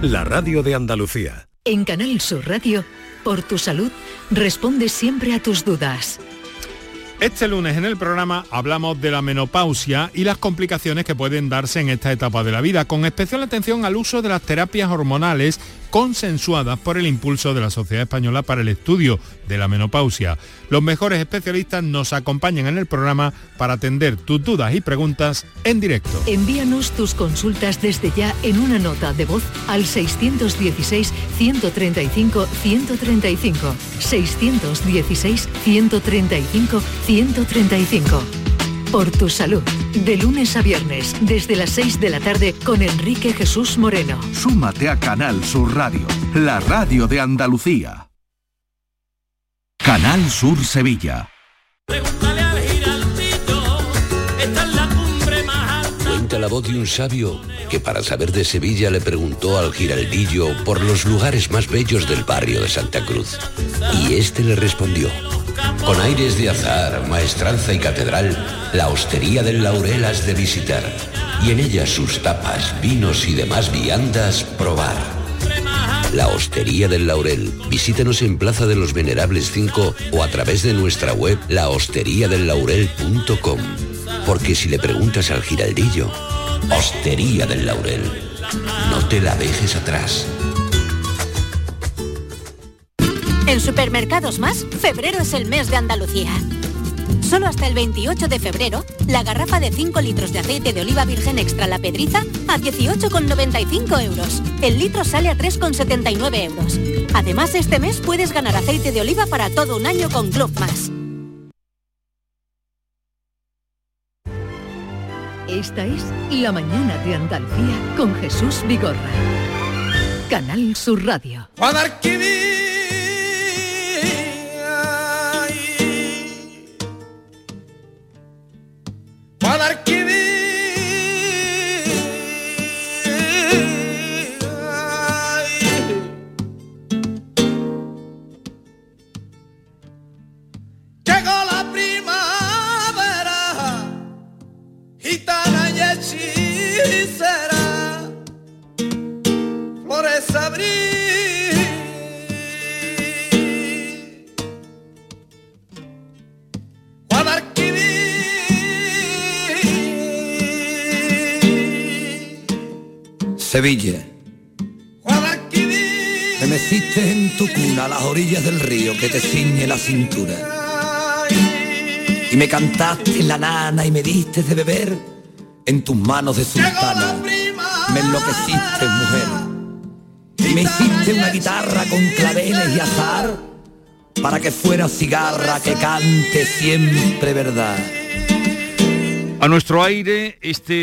la radio de Andalucía. En Canal Sur Radio, por tu salud, responde siempre a tus dudas. Este lunes en el programa hablamos de la menopausia y las complicaciones que pueden darse en esta etapa de la vida, con especial atención al uso de las terapias hormonales consensuadas por el impulso de la Sociedad Española para el Estudio de la Menopausia. Los mejores especialistas nos acompañan en el programa para atender tus dudas y preguntas en directo. Envíanos tus consultas desde ya en una nota de voz al 616-135-135. 616-135-135. Por tu salud, de lunes a viernes, desde las 6 de la tarde, con Enrique Jesús Moreno. Súmate a Canal Sur Radio, la radio de Andalucía. Canal Sur Sevilla. Pregúntale al Giraldito, esta es la cumbre más alta. Cuenta la voz de un sabio que para saber de Sevilla le preguntó al Giraldillo por los lugares más bellos del barrio de Santa Cruz. Y este le respondió: con aires de azar, maestranza y catedral, la hostería del Laurel has de visitar, y en ella sus tapas, vinos y demás viandas probar. La Hostería del Laurel. Visítanos en Plaza de los Venerables 5 o a través de nuestra web lahosteriadellaurel.com. Porque si le preguntas al Giraldillo, Hostería del Laurel, no te la dejes atrás. En Supermercados Más, febrero es el mes de Andalucía. Solo hasta el 28 de febrero, la garrafa de 5 litros de aceite de oliva virgen extra La Pedriza a 18,95 euros. El litro sale a 3,79 euros. Además, este mes puedes ganar aceite de oliva para todo un año con Club Más. Esta es La Mañana de Andalucía con Jesús Vigorra. Canal Sur Radio. Sevilla. Me meciste en tu cuna a las orillas del río que te ciñe la cintura. Y me cantaste en la nana y me diste de beber en tus manos de sultana. Me enloqueciste, mujer. Y me hiciste una guitarra con claveles y azar para que fuera cigarra que cante siempre verdad. A nuestro aire,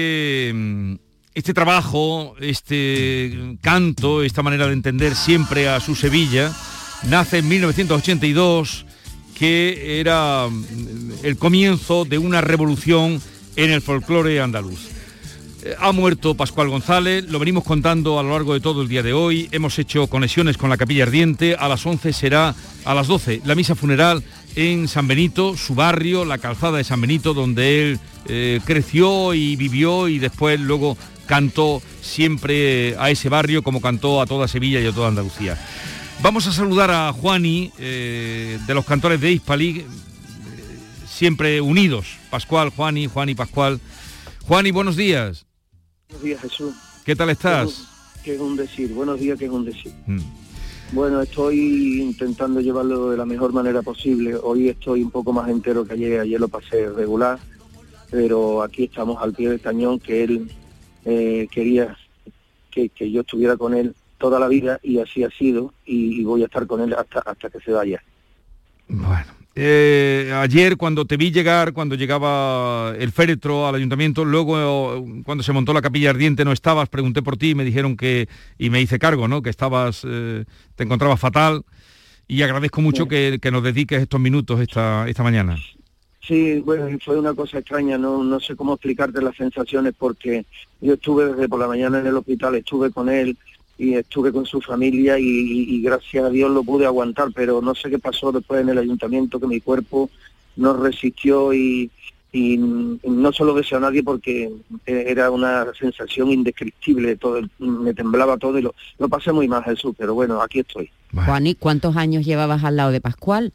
este trabajo, este canto, esta manera de entender siempre a su Sevilla, nace en 1982, que era el comienzo de una revolución en el folclore andaluz. Ha muerto Pascual González, lo venimos contando a lo largo de todo el día de hoy, hemos hecho conexiones con la Capilla Ardiente, a las 11 será, a las 12, la misa funeral en San Benito, su barrio, la calzada de San Benito, donde él creció y vivió y después luego cantó siempre a ese barrio como cantó a toda Sevilla y a toda Andalucía. Vamos a saludar a Juani, de los cantores de Hispalí, siempre unidos, Pascual, Juani, Pascual. Juani, buenos días. Buenos días, Jesús. ¿Qué tal estás? ¿Qué es un decir? Buenos días, ¿qué es un decir? Bueno, estoy intentando llevarlo de la mejor manera posible. Hoy estoy un poco más entero que ayer lo pasé regular, pero aquí estamos al pie del cañón, que él quería que yo estuviera con él toda la vida y así ha sido, y voy a estar con él hasta que se vaya. Bueno, ayer cuando te vi llegar, cuando llegaba el féretro al ayuntamiento, luego cuando se montó la Capilla Ardiente no estabas, pregunté por ti y me dijeron y me hice cargo, ¿no?, que estabas, te encontrabas fatal, y agradezco mucho que nos dediques estos minutos esta mañana. Sí, bueno, fue una cosa extraña, no sé cómo explicarte las sensaciones, porque yo estuve desde por la mañana en el hospital, estuve con él y estuve con su familia y gracias a Dios lo pude aguantar, pero no sé qué pasó después en el ayuntamiento, que mi cuerpo no resistió y y no se lo deseo a nadie porque era una sensación indescriptible, me temblaba todo y lo pasé muy mal, Jesús, pero bueno, aquí estoy. Juan, ¿y cuántos años llevabas al lado de Pascual?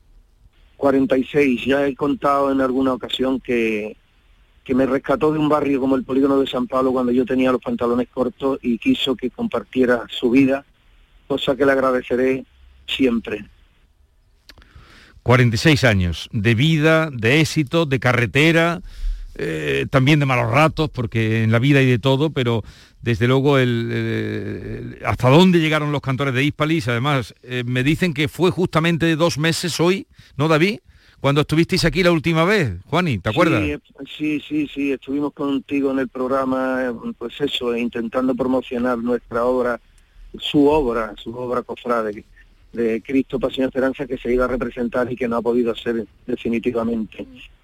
46, ya he contado en alguna ocasión que me rescató de un barrio como el Polígono de San Pablo cuando yo tenía los pantalones cortos y quiso que compartiera su vida, cosa que le agradeceré siempre. 46 años de vida, de éxito, de carretera, también de malos ratos, porque en la vida hay de todo, pero desde luego hasta dónde llegaron los cantores de Hispalis. Además, me dicen que fue justamente 2 meses hoy, ¿no, David? Cuando estuvisteis aquí la última vez, Juani, ¿te acuerdas? Sí, estuvimos contigo en el programa, pues eso, intentando promocionar nuestra obra, su obra cofrade, de Cristo, Pasión y Esperanza, que se iba a representar y que no ha podido hacer definitivamente.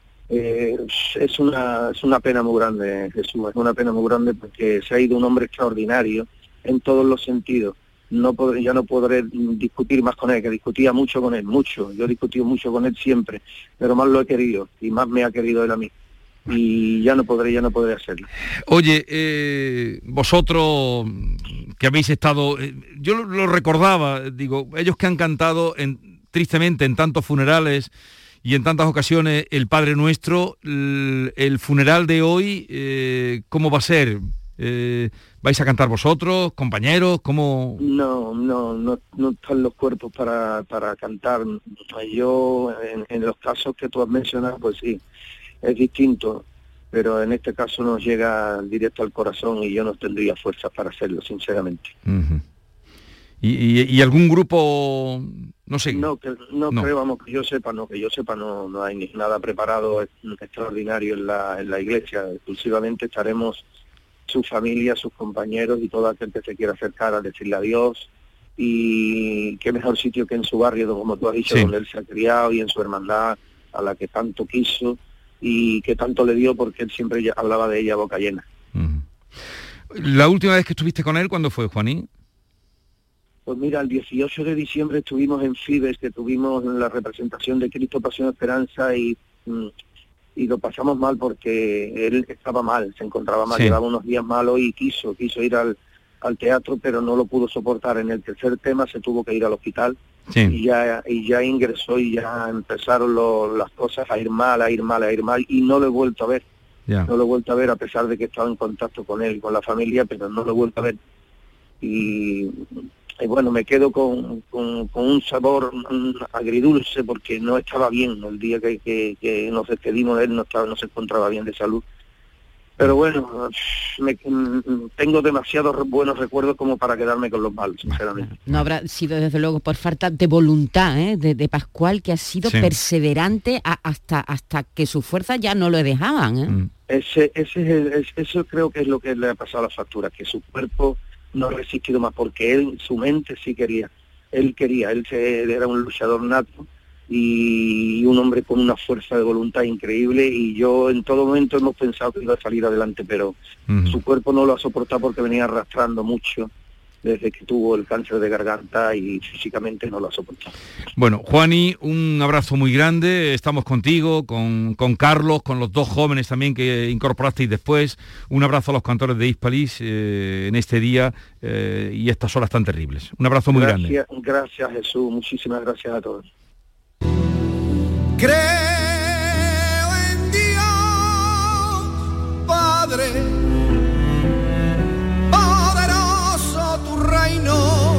Es una pena muy grande, Jesús, es una pena muy grande porque se ha ido un hombre extraordinario en todos los sentidos. Ya no podré discutir más con él, que discutía mucho con él, mucho. Yo he discutido mucho con él siempre, pero más lo he querido y más me ha querido él a mí. Y ya no podré hacerlo. Oye, vosotros que habéis estado, yo lo recordaba, digo, ellos que han cantado tristemente en tantos funerales y en tantas ocasiones el Padre Nuestro, el funeral de hoy, ¿cómo va a ser? ¿Vais a cantar vosotros, compañeros? ¿Cómo? No están los cuerpos para cantar. Yo, en los casos que tú has mencionado, pues sí, es distinto, pero en este caso nos llega directo al corazón y yo no tendría fuerzas para hacerlo, sinceramente. Uh-huh. ¿Y algún grupo, no sé? No. Creo, vamos, que yo sepa, no hay ni nada preparado extraordinario en la iglesia. Exclusivamente estaremos su familia, sus compañeros y todo aquel que se quiera acercar a decirle adiós. Y qué mejor sitio que en su barrio, como tú has dicho, sí, donde él se ha criado, y en su hermandad a la que tanto quiso y que tanto le dio, porque él siempre hablaba de ella a boca llena. Uh-huh. ¿La última vez que estuviste con él, cuándo fue, Juaní? Pues mira, el 18 de diciembre estuvimos en Fibes, que tuvimos la representación de Cristo, Pasión y Esperanza, y lo pasamos mal porque él estaba mal, se encontraba mal, sí, llevaba unos días malos y quiso ir al teatro, pero no lo pudo soportar. En el tercer tema se tuvo que ir al hospital, sí, y ya ingresó y ya empezaron las cosas a ir mal, y no lo he vuelto a ver. Yeah. No lo he vuelto a ver, a pesar de que estaba en contacto con él, con la familia, pero no lo he vuelto a ver. Y bueno, me quedo con un sabor agridulce porque no estaba bien el día que nos despedimos de él, no se encontraba bien de salud. Pero bueno, tengo demasiados buenos recuerdos como para quedarme con los malos, sinceramente. No habrá sido desde luego por falta de voluntad, de Pascual, que ha sido, sí, perseverante hasta que sus fuerzas ya no lo dejaban. Eso creo que es lo que le ha pasado a la factura, que su cuerpo no ha resistido más, porque él, su mente sí quería. Él era un luchador nato y un hombre con una fuerza de voluntad increíble, y yo en todo momento hemos pensado que iba a salir adelante, pero su cuerpo no lo ha soportado porque venía arrastrando mucho desde que tuvo el cáncer de garganta y físicamente no lo ha soportado. Bueno, Juani, un abrazo muy grande, estamos contigo, con Carlos, con los dos jóvenes también que incorporasteis después. Un abrazo a los cantores de Hispalis en este día y estas horas tan terribles. Un abrazo muy grande. Gracias, Jesús, muchísimas gracias a todos. Creo en Dios, Padre, poderoso tu reino,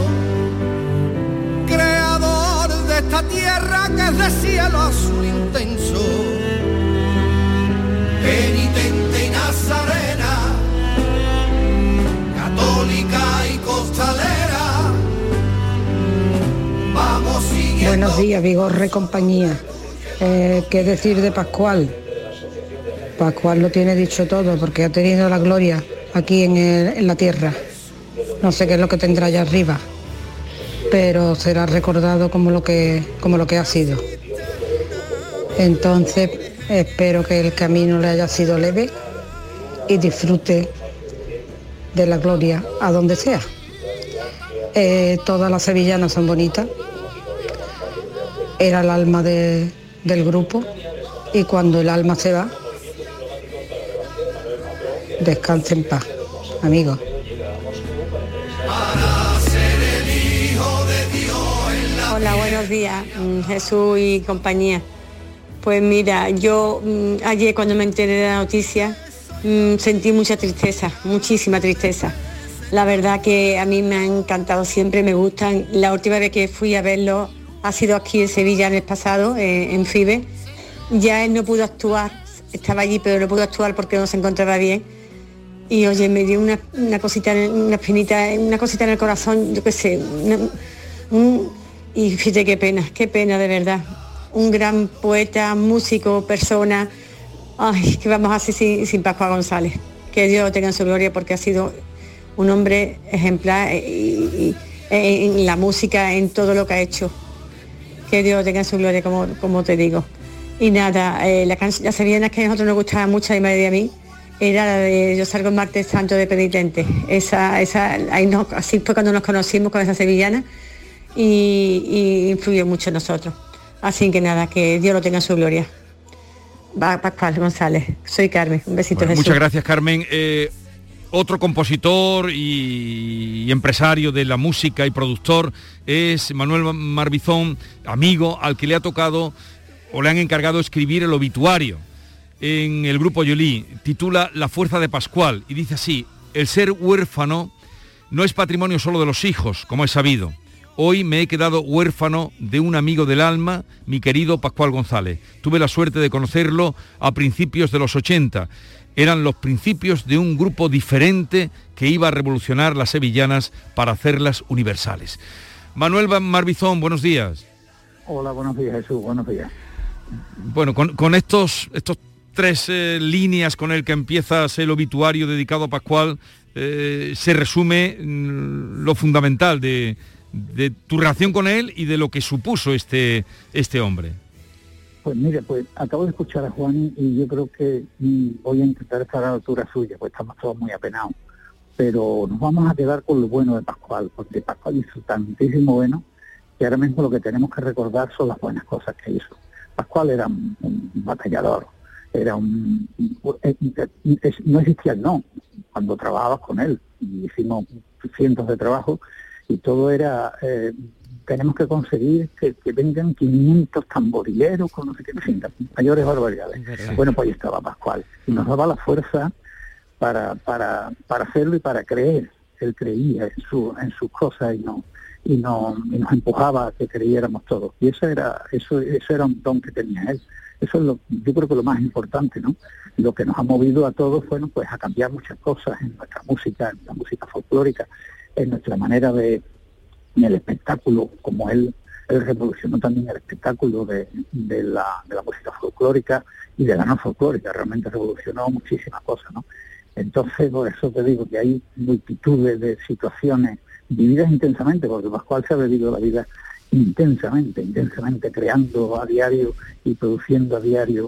creador de esta tierra que es de cielo azul intenso, penitente y nazarena, católica y costalera. Vamos siguiendo. Buenos días, Vigorra y compañía. ¿Qué decir de Pascual? Pascual lo tiene dicho todo, porque ha tenido la gloria aquí en la tierra. No sé qué es lo que tendrá allá arriba, pero será recordado como lo que ha sido. Entonces espero que el camino le haya sido leve y disfrute de la gloria a donde sea. Todas las sevillanas son bonitas. Era el alma del grupo, y cuando el alma se va, Descanse en paz, amigos. Hola, buenos días, Jesús y compañía. Pues mira, yo ayer cuando me enteré de la noticia sentí mucha tristeza, muchísima tristeza. La verdad que a mí me han encantado siempre, me gustan. La última vez que fui a verlo ha sido aquí en Sevilla el mes pasado, en FIBE. Ya él no pudo actuar, estaba allí pero no pudo actuar porque no se encontraba bien. Y oye, me dio una cosita, una espinita, una cosita en el corazón, yo qué sé. Y fíjate qué pena de verdad. Un gran poeta, músico, persona. Ay, ¿qué vamos a hacer sin Pascual González? Que Dios lo tenga en su gloria porque ha sido un hombre ejemplar y en la música, en todo lo que ha hecho. Que Dios lo tenga en su gloria, como te digo. Y nada, las sevillanas que a nosotros nos gustaban mucho, a mi madre y a mí, era la de Yo salgo el martes santo de penitente. Así fue cuando nos conocimos con esa sevillana y influyó mucho en nosotros. Así que nada, que Dios lo tenga en su gloria. Va Pascual González. Soy Carmen. Un besito, bueno, Jesús. Muchas gracias, Carmen. Otro compositor y empresario de la música y productor es Manuel Marbizón, amigo al que le ha tocado o le han encargado escribir el obituario en el grupo Yolí. Titula La fuerza de Pascual y dice así: el ser huérfano no es patrimonio solo de los hijos, como es sabido. Hoy me he quedado huérfano de un amigo del alma, mi querido Pascual González. Tuve la suerte de conocerlo a principios de los 80. Eran los principios de un grupo diferente que iba a revolucionar las sevillanas para hacerlas universales. Manuel Marbizón, buenos días. Hola, buenos días, Jesús, buenos días. Bueno, con estos 3 líneas con el que empiezas el obituario dedicado a Pascual, se resume lo fundamental de tu relación con él y de lo que supuso este hombre. Pues mire, pues acabo de escuchar a Juan y yo creo que voy a intentar estar a la altura suya, pues estamos todos muy apenados. Pero nos vamos a quedar con lo bueno de Pascual, porque Pascual hizo tantísimo bueno que ahora mismo lo que tenemos que recordar son las buenas cosas que hizo. Pascual era un batallador, era no existía el no. Cuando trabajabas con él, hicimos cientos de trabajos y todo era, tenemos que conseguir que vengan 500 tamborileros con no sé qué, en fin, mayores barbaridades. Bueno, pues ahí estaba Pascual y nos daba la fuerza para hacerlo y para creer. Él creía en sus cosas y nos empujaba a que creyéramos todos. Y eso era un don que tenía él. Eso es yo creo que lo más importante, ¿no? Lo que nos ha movido a todos, bueno, pues a cambiar muchas cosas en nuestra música, en la música folclórica, en nuestra manera en el espectáculo, como él revolucionó también el espectáculo de la música folclórica y de la no folclórica. Realmente revolucionó muchísimas cosas, ¿no? Entonces, por eso te digo que hay multitudes de situaciones vividas intensamente, porque Pascual se ha vivido la vida intensamente, creando a diario y produciendo a diario,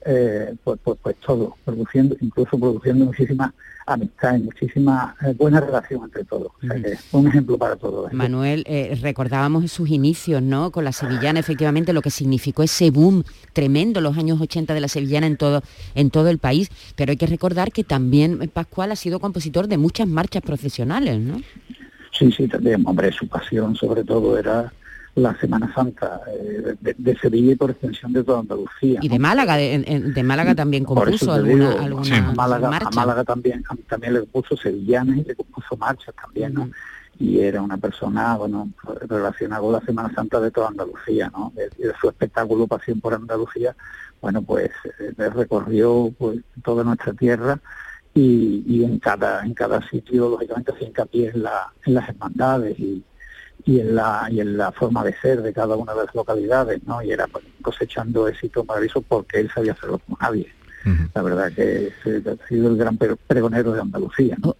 pues todo, incluso produciendo muchísimas amistades, muchísima buena relación entre todos. O sea, que es un ejemplo para todos. Manuel, recordábamos sus inicios, ¿no?, con la sevillana, efectivamente, lo que significó ese boom tremendo los años 80 de la sevillana en todo el país, pero hay que recordar que también Pascual ha sido compositor de muchas marchas procesionales, ¿no? Sí, también, hombre, su pasión sobre todo era la Semana Santa de Sevilla y por extensión de toda Andalucía, ¿no? Y de Málaga, de Málaga también compuso alguna marcha. A Málaga también le compuso sevillanas y le compuso marchas también, ¿no? Y era una persona, bueno, relacionada con la Semana Santa de toda Andalucía, ¿no? De su espectáculo Pasión por Andalucía, bueno, pues recorrió pues toda nuestra tierra y en cada sitio, lógicamente, hacía hincapié en las hermandades y en la forma de ser de cada una de las localidades, ¿no? Y era pues, cosechando éxito maravilloso porque él sabía hacerlo como nadie. La verdad que ha sido el gran pregonero de Andalucía, ¿no?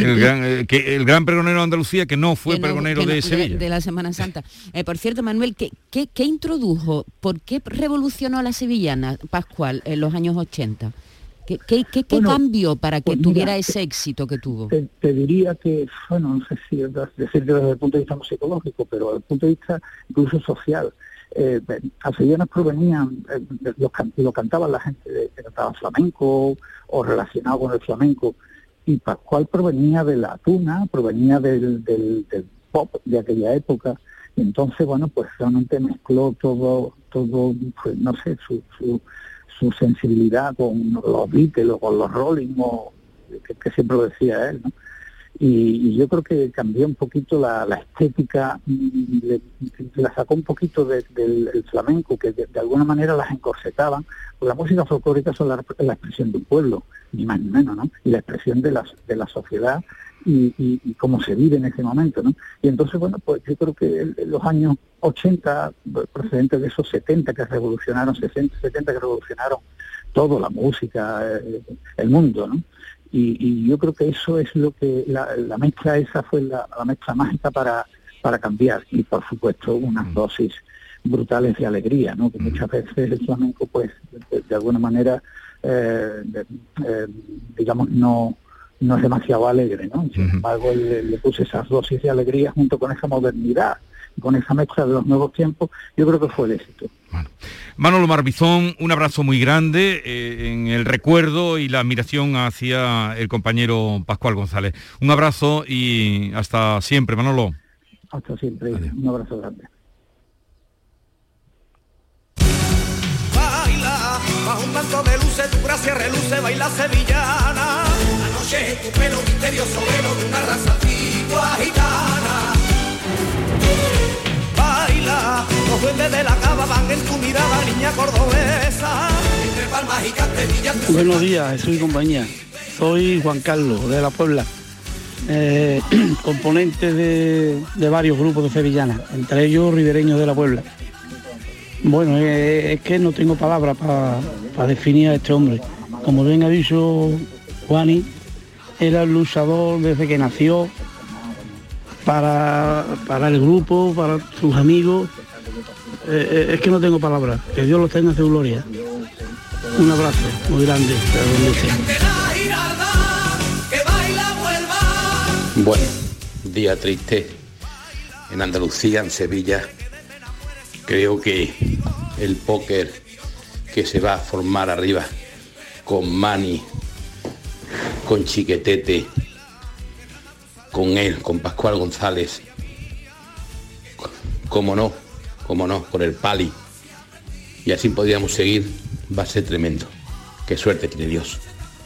El gran pregonero de Andalucía, que no fue pregonero de Sevilla. De la Semana Santa. Por cierto, Manuel, ¿qué introdujo? ¿Por qué revolucionó la sevillana, Pascual, en los años 80? ¿Qué cambió para que tuviera ese éxito que tuvo? Te diría que, bueno, no sé si decirte desde el punto de vista musicológico, pero desde el punto de vista incluso social. Las sevillanas provenían, lo cantaban la gente que cantaba flamenco o relacionado con el flamenco, y Pascual provenía de la tuna, provenía del pop de aquella época, y entonces, bueno, pues realmente mezcló todo pues, no sé, su sensibilidad con los Beatles o con los Rolling, que siempre lo decía él, ¿no? Y yo creo que cambió un poquito la estética, la sacó un poquito del flamenco, que de alguna manera las encorsetaban. Pues la música folclórica son la expresión de un pueblo, ni más ni menos, ¿no? Y la expresión de la sociedad y cómo se vive en ese momento, ¿no? Y entonces, bueno, pues yo creo que en los años 80, procedentes de esos 70 que revolucionaron, 60, 70 que revolucionaron todo, la música, el mundo, ¿no? Y yo creo que eso es lo que la mezcla esa fue la mezcla mágica para cambiar, y por supuesto unas dosis brutales de alegría, ¿no? Que muchas veces el flamenco pues de alguna manera digamos no es demasiado alegre, ¿no? Sin embargo le puse esas dosis de alegría junto con esa modernidad, con esa mezcla de los nuevos tiempos. Yo creo que fue el éxito. Manolo Marbizón, un abrazo muy grande en el recuerdo y la admiración hacia el compañero Pascual González. Un abrazo y hasta siempre, Manolo. Hasta siempre. Adiós. Un abrazo grande. Baila, bajo un manto de luces, tu gracia reluce, baila sevillana. La noche es tu pelo misterioso, velo de una raza antigua gitana. Baila, los duendes de la cava van en tu mirada, niña cordobesa. Entre palmas y canterillas. Buenos días, Jesús y compañía. Soy Juan Carlos, de La Puebla. Componente de varios grupos de sevillanas, entre ellos Ribereños de La Puebla. Bueno, es que no tengo palabras para definir a este hombre. Como bien ha dicho Juani, era el luchador desde que nació para el grupo, para sus amigos. Es que no tengo palabras. Que Dios los tenga en su gloria. Un abrazo muy grande. Bueno, día triste en Andalucía, en Sevilla. Creo que el póker que se va a formar arriba con Mani, con Chiquetete, con él, con Pascual González, cómo no, con el Pali, y así podríamos seguir, va a ser tremendo. Qué suerte tiene Dios.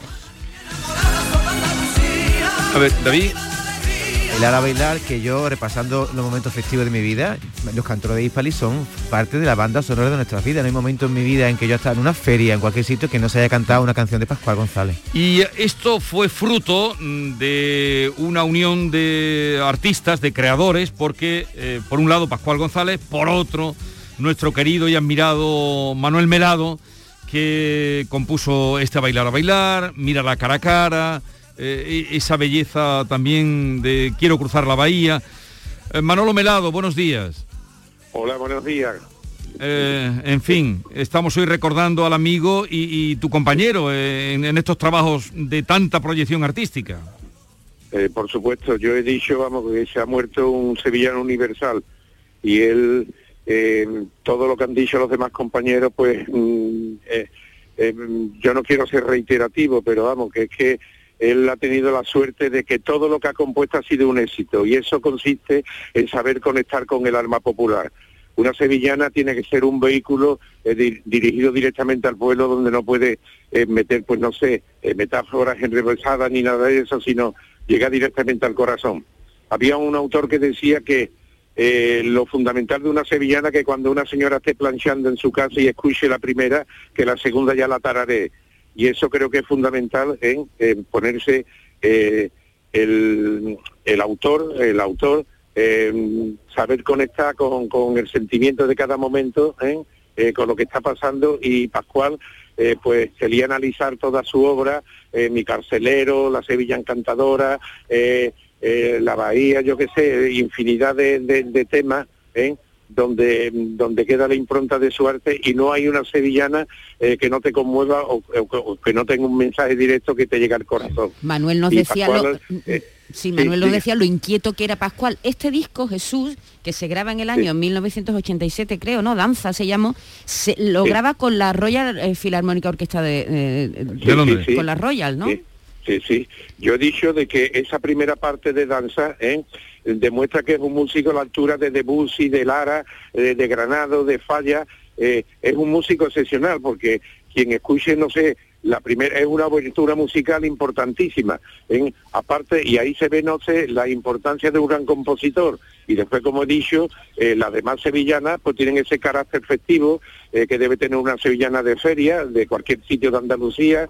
A ver, David. El Ara Bailar, que yo, repasando los momentos festivos de mi vida, los cantores de Hispali son parte de la banda sonora de nuestras vidas. No hay momento en mi vida en que yo estaba en una feria, en cualquier sitio, que no se haya cantado una canción de Pascual González. Y esto fue fruto de una unión de artistas, de creadores, porque por un lado Pascual González, por otro nuestro querido y admirado Manuel Melado, que compuso este Bailar a Bailar, Mírala cara a cara, esa belleza también de Quiero cruzar la bahía. Manolo Melado, buenos días. Hola, buenos días. En fin, estamos hoy recordando al amigo y tu compañero en estos trabajos de tanta proyección artística. Por supuesto, yo he dicho, vamos, que se ha muerto un sevillano universal, y él, todo lo que han dicho los demás compañeros, pues yo no quiero ser reiterativo, pero vamos, que es que él ha tenido la suerte de que todo lo que ha compuesto ha sido un éxito, y eso consiste en saber conectar con el alma popular. Una sevillana tiene que ser un vehículo dirigido directamente al pueblo, donde no puede meter, pues no sé, metáforas enrevesadas ni nada de eso, sino llega directamente al corazón. Había un autor que decía que lo fundamental de una sevillana, que cuando una señora esté planchando en su casa y escuche la primera, que la segunda ya la tararee. Y eso creo que es fundamental en ponerse el autor, saber conectar con el sentimiento de cada momento, con lo que está pasando. Y Pascual pues quería analizar toda su obra, Mi carcelero, La Sevilla encantadora, La Bahía, yo qué sé, infinidad de temas, donde queda la impronta de su arte, y no hay una sevillana que no te conmueva o que no tenga un mensaje directo que te llegue al corazón. Manuel nos decía Manuel decía lo inquieto que era Pascual. Este disco, Jesús, que se graba en el año 1987, creo, ¿no? Danza se llamó, lo graba con la Royal Philharmonic Orchestra de Londres. Con la Royal, ¿no? Sí. Yo he dicho de que esa primera parte de danza demuestra que es un músico a la altura de Debussy, de Lara, de Granado, de Falla. Es un músico excepcional, porque quien escuche, no sé, la primera es una abertura musical importantísima. Aparte, y ahí se ve, no sé, la importancia de un gran compositor. Y después, como he dicho, las demás sevillanas pues tienen ese carácter festivo que debe tener una sevillana de feria, de cualquier sitio de Andalucía,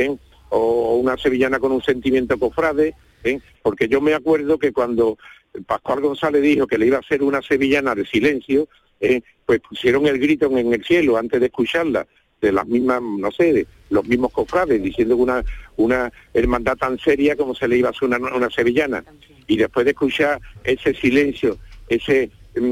o una sevillana con un sentimiento cofrade, porque yo me acuerdo que cuando Pascual González dijo que le iba a hacer una sevillana de silencio, pues pusieron el grito en el cielo antes de escucharla, de las mismas, no sé, de los mismos cofrades, diciendo una hermandad tan seria como se le iba a hacer una sevillana. Y después de escuchar ese silencio, ese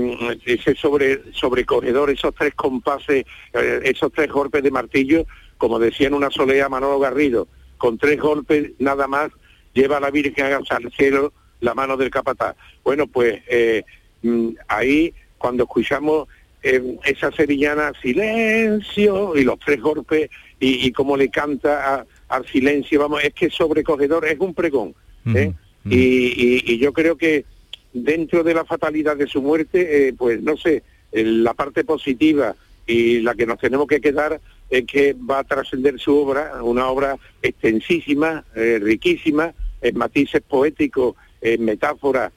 sobrecogedor, esos 3 compases, esos 3 golpes de martillo, como decía en una solea Manolo Garrido, con 3 golpes nada más lleva a la Virgen al cielo la mano del capataz. Bueno, pues ahí cuando escuchamos esa sevillana, silencio, y los 3 golpes, y cómo le canta al silencio, vamos, es que es sobrecogedor, es un pregón. Y yo creo que dentro de la fatalidad de su muerte, pues no sé, la parte positiva y la que nos tenemos que quedar es que va a trascender su obra, una obra extensísima, riquísima, en matices poéticos, en metáforas,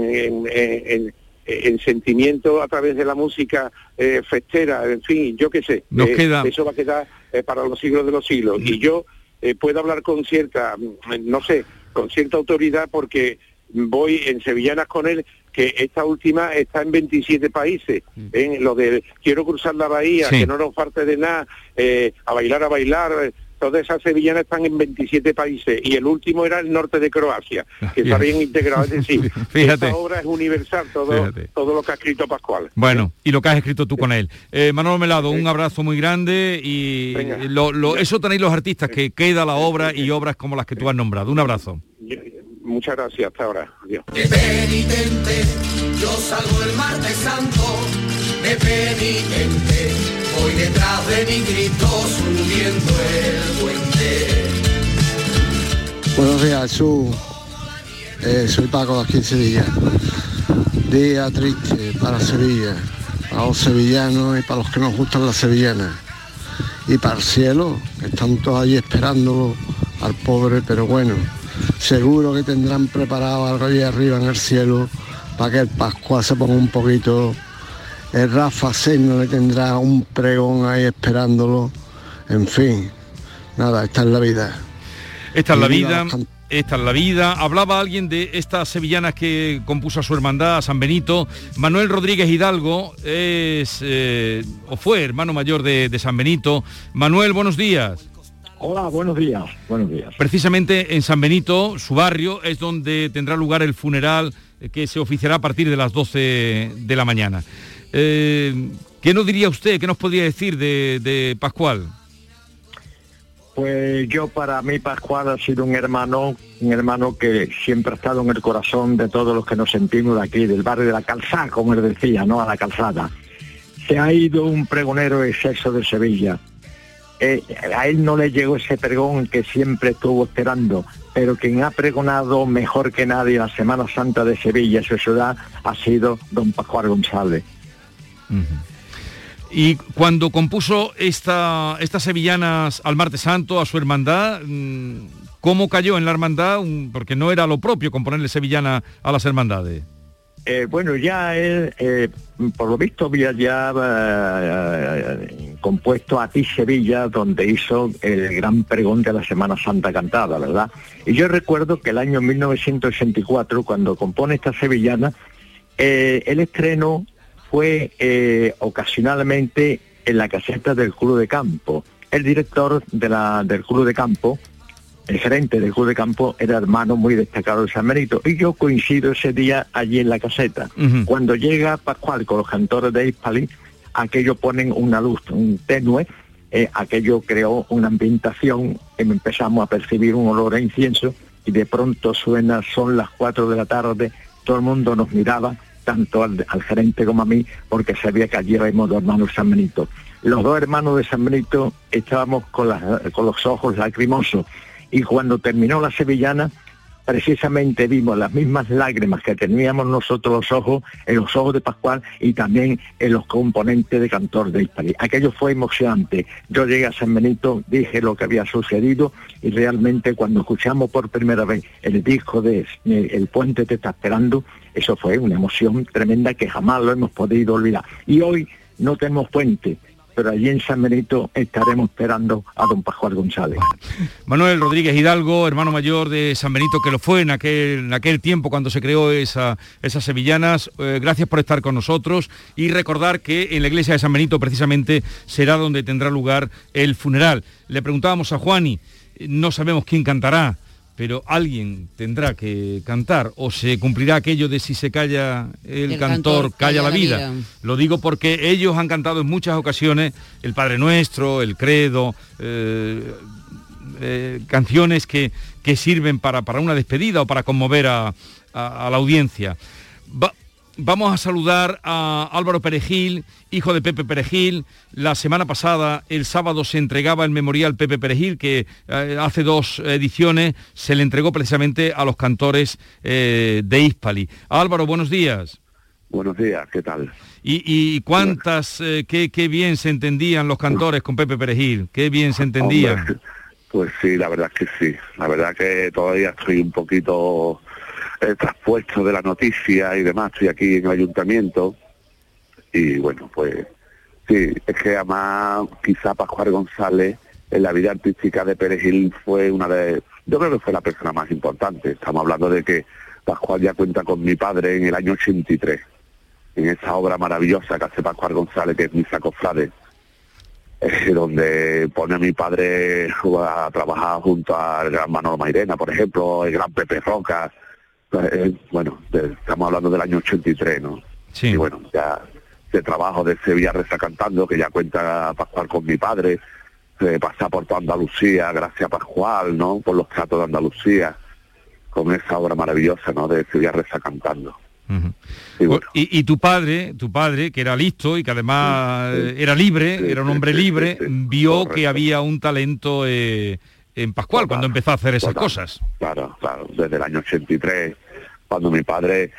en sentimiento a través de la música festera, en fin, yo qué sé. Eso va a quedar para los siglos de los siglos. Y yo puedo hablar con cierta, no sé, con cierta autoridad, porque voy en sevillanas con él, que esta última está en 27 países, lo de quiero cruzar la bahía, que no nos falte de nada, a bailar, todas esas sevillanas están en 27 países, y el último era el norte de Croacia, que está bien integrado, es decir, esta obra es universal, todo lo que ha escrito Pascual. Bueno, y lo que has escrito tú con él. Manolo Melado, un abrazo muy grande, y eso tenéis los artistas, que queda la obra y obras como las que tú has nombrado. Un abrazo. Muchas gracias, hasta ahora. Adiós. De penitente, yo salgo el martes santo, de penitente, voy detrás de mi Cristo subiendo el puente. Buenos días, Jesús. Soy Paco de aquí en Sevilla. Día triste para Sevilla, para los sevillanos y para los que nos gustan las sevillanas. Y para el cielo, que están todos allí esperándolo al pobre, pero bueno, seguro que tendrán preparado algo allí arriba en el cielo para que el Pascual se ponga un poquito. El Rafa Seno le tendrá un pregón ahí esperándolo. En fin, nada, esta es la vida. Esta es la vida. Hablaba alguien de estas sevillanas que compuso a su hermandad, a San Benito. Manuel Rodríguez Hidalgo es o fue hermano mayor de San Benito. Manuel, buenos días. Hola, buenos días. Precisamente en San Benito, su barrio, es donde tendrá lugar el funeral que se oficiará a partir de las 12 de la mañana. ¿Qué nos diría usted, qué nos podría decir de Pascual? Pues para mí Pascual ha sido un hermano que siempre ha estado en el corazón de todos los que nos sentimos de aquí, del barrio de la Calzada, como él decía, ¿no? A la Calzada. Se ha ido un pregonero exceso de Sevilla. A él no le llegó ese pregón que siempre estuvo esperando, pero quien ha pregonado mejor que nadie la Semana Santa de Sevilla, su ciudad, ha sido don Pascual González. Y cuando compuso estas sevillanas al Martes Santo, a su hermandad, ¿cómo cayó en la hermandad? Porque no era lo propio componerle sevillana a las hermandades. Bueno, ya él, por lo visto, había ya compuesto A ti Sevilla, donde hizo el gran pregón de la Semana Santa cantada, ¿verdad? Y yo recuerdo que el año 1984, cuando compone esta sevillana, el estreno fue ocasionalmente en la caseta del Club de Campo. El director del Club de Campo, el gerente del Club de Campo, era hermano muy destacado de San Benito, y yo coincido ese día allí en la caseta. Cuando llega Pascual con los cantores de Hispali, aquello ponen una luz, un tenue, aquello creó una ambientación, y empezamos a percibir un olor a incienso, y de pronto son las 4 de la tarde, todo el mundo nos miraba, tanto al gerente como a mí, porque sabía que allí éramos dos hermanos de San Benito. Los dos hermanos de San Benito estábamos con los ojos lacrimosos, Y cuando terminó la sevillana, precisamente vimos las mismas lágrimas que teníamos nosotros en los ojos de Pascual y también en los componentes de Cantor de Hispali. Aquello fue emocionante. Yo llegué a San Benito, dije lo que había sucedido y realmente cuando escuchamos por primera vez el disco de El puente te está esperando, eso fue una emoción tremenda que jamás lo hemos podido olvidar. Y hoy no tenemos puente, pero allí en San Benito estaremos esperando a don Pascual González. Manuel Rodríguez Hidalgo, hermano mayor de San Benito, que lo fue en aquel tiempo cuando se creó esas sevillanas. Gracias por estar con nosotros y recordar que en la iglesia de San Benito precisamente será donde tendrá lugar el funeral. Le preguntábamos a Juani, no sabemos quién cantará, pero alguien tendrá que cantar, o se cumplirá aquello de si se calla el cantor, calla la vida. Lo digo porque ellos han cantado en muchas ocasiones el Padre Nuestro, el Credo, canciones que sirven para una despedida o para conmover a la audiencia. Vamos a saludar a Álvaro Perejil, hijo de Pepe Perejil. La semana pasada, el sábado, se entregaba el memorial Pepe Perejil, que hace 2 ediciones se le entregó precisamente a los cantores de Hispali. Álvaro, buenos días. Buenos días, ¿qué tal? ¿Y cuántas, qué bien se entendían los cantores con Pepe Perejil? ¿Qué bien se entendían? Hombre, pues sí, la verdad es que sí. La verdad que todavía estoy un poquito traspuesto de la noticia y demás. Estoy aquí en el ayuntamiento y bueno, pues sí, es que además quizá Pascual González en la vida artística de Perejil fue yo creo que fue la persona más importante. Estamos hablando de que Pascual ya cuenta con mi padre en el año 83, en esa obra maravillosa que hace Pascual González, que es Misa Cofrade, donde pone a mi padre a trabajar junto al gran Manolo Mairena, por ejemplo, el gran Pepe Roca. Bueno, estamos hablando del año 83, ¿no? Sí. Y bueno, ya de trabajo de Sevilla Reza Cantando, que ya cuenta Pascual con mi padre, pasa por toda Andalucía, gracias a Pascual, ¿no? Por los tratos de Andalucía, con esa obra maravillosa, ¿no? De Sevilla Reza Cantando. Uh-huh. Y, bueno. y tu padre, que era listo y que además era libre, era un hombre libre, vio correcto, que había un talento en Pascual, total, cuando empezó a hacer esas cosas. Claro, desde el año 83, cuando mi padre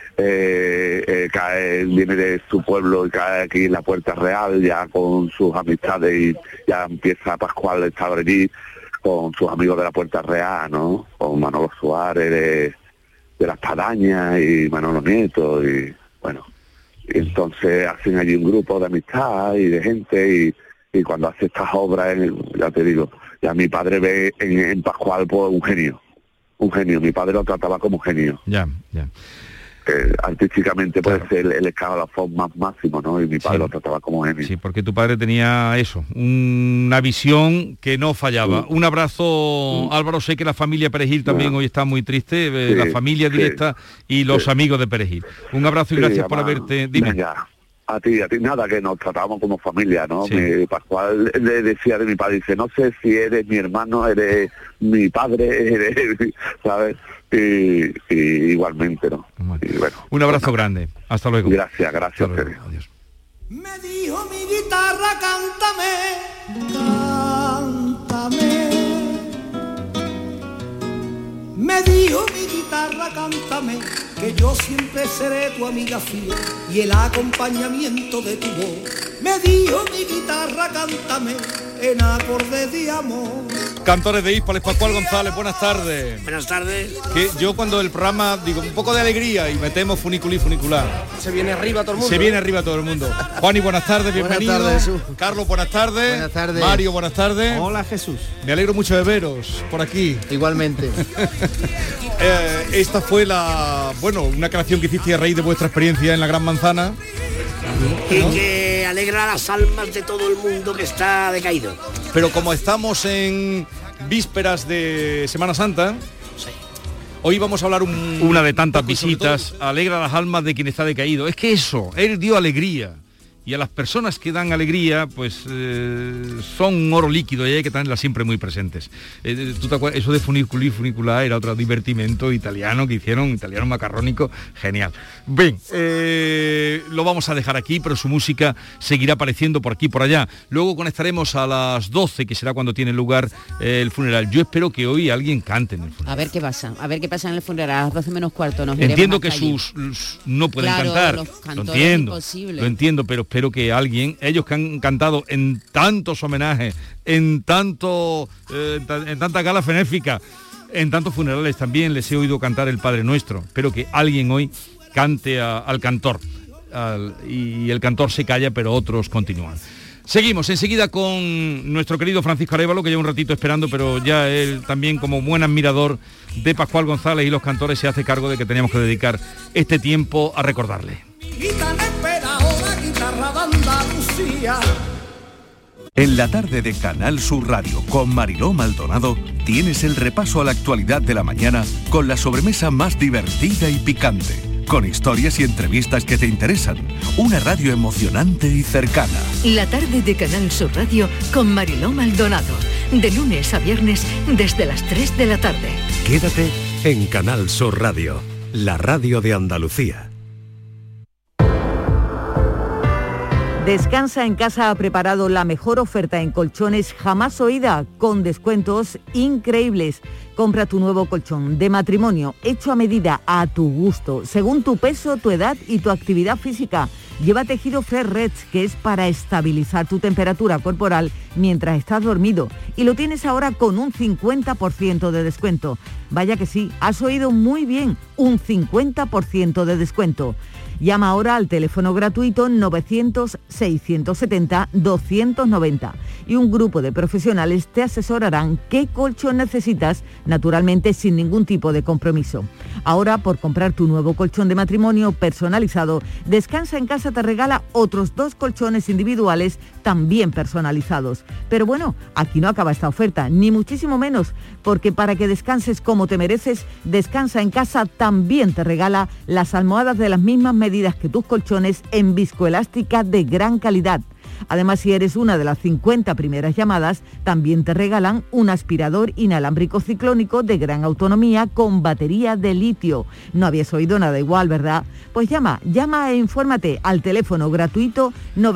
viene de su pueblo y cae aquí en la Puerta Real, ya con sus amistades, y ya empieza Pascual a estar allí con sus amigos de la Puerta Real, ¿no? Con Manolo Suárez de Las Padañas y Manolo Nieto, y bueno, y entonces hacen allí un grupo de amistad y de gente, y cuando hace estas obras, ya te digo, ya mi padre ve en Pascual pues un genio. Mi padre lo trataba como genio. Ya. Artísticamente claro, pues él escalafón más máximo, ¿no? Y mi padre lo trataba como genio. Sí, porque tu padre tenía eso, una visión que no fallaba. Un abrazo, Álvaro. Sé que la familia Perejil también hoy está muy triste, la familia directa y los amigos de Perejil. Un abrazo y gracias por haberte... Dime. A ti, nada, que nos tratábamos como familia, ¿no? Sí. Pascual le decía de mi padre, dice, no sé si eres mi hermano, eres mi padre, ¿sabes? Y igualmente, ¿no? Y bueno, un abrazo grande. Hasta luego. Gracias a ustedes. Adiós. Me dijo mi guitarra, cántame. Me dijo mi guitarra, cántame, que yo siempre seré tu amiga fiel y el acompañamiento de tu voz. Me dijo mi guitarra, cántame, en acordes de amor. Cantores de Hispali, Pascual González, buenas tardes. Buenas tardes. Que yo cuando el programa digo un poco de alegría y metemos funicular. Se viene arriba todo el mundo. Se viene arriba todo el mundo. Juani, buenas tardes, bienvenido. Buenas tardes, Jesús. Carlos, buenas tardes. Buenas tardes. Mario, buenas tardes. Hola, Jesús. Me alegro mucho de veros por aquí. Igualmente. Esta fue una creación que hiciste a raíz de vuestra experiencia en la Gran Manzana. Y que alegra las almas de todo el mundo que está decaído. Pero como estamos en vísperas de Semana Santa, hoy vamos a hablar una de tantas visitas, alegra las almas de quien está decaído. Es que eso, él dio alegría y a las personas que dan alegría, pues son un oro líquido y hay que tenerlas siempre muy presentes. ¿Tú te acuerdas? Eso de funiculi funicular era otro divertimento italiano que hicieron, italiano macarrónico, genial. Bien, lo vamos a dejar aquí, pero su música seguirá apareciendo por aquí y por allá. Luego conectaremos a las 12, que será cuando tiene lugar el funeral. Yo espero que hoy alguien cante en el funeral. A ver qué pasa en el funeral, a las 12 menos cuarto. Entiendo que sus no pueden cantar, lo entiendo, pero espero que alguien, ellos que han cantado en tantos homenajes, en tanta gala benéfica, en tantos funerales también les he oído cantar el Padre Nuestro. Espero que alguien hoy cante al cantor, y el cantor se calla, pero otros continúan. Seguimos enseguida con nuestro querido Francisco Arévalo, que lleva un ratito esperando, pero ya él también, como buen admirador de Pascual González y los cantores, se hace cargo de que teníamos que dedicar este tiempo a recordarle. En la tarde de Canal Sur Radio con Mariló Maldonado tienes el repaso a la actualidad de la mañana con la sobremesa más divertida y picante, con historias y entrevistas que te interesan. Una radio emocionante y cercana. La tarde de Canal Sur Radio con Mariló Maldonado. De lunes a viernes desde las 3 de la tarde. Quédate en Canal Sur Radio, la radio de Andalucía. Descansa en Casa ha preparado la mejor oferta en colchones jamás oída, con descuentos increíbles. Compra tu nuevo colchón de matrimonio, hecho a medida, a tu gusto, según tu peso, tu edad y tu actividad física. Lleva tejido Fresh Reds, que es para estabilizar tu temperatura corporal mientras estás dormido. Y lo tienes ahora con un 50% de descuento. Vaya que sí, has oído muy bien, un 50% de descuento. Llama ahora al teléfono gratuito 900-670-290 y un grupo de profesionales te asesorarán qué colchón necesitas, naturalmente sin ningún tipo de compromiso. Ahora, por comprar tu nuevo colchón de matrimonio personalizado, Descansa en Casa te regala otros 2 colchones individuales también personalizados. Pero bueno, aquí no acaba esta oferta, ni muchísimo menos, porque para que descanses como te mereces, Descansa en Casa también te regala las almohadas de las mismas medidas que tus colchones en viscoelástica de gran calidad. Además, si eres una de las 50 primeras llamadas, también te regalan un aspirador inalámbrico ciclónico de gran autonomía con batería de litio. No habías oído nada igual, ¿verdad? Pues llama e infórmate al teléfono gratuito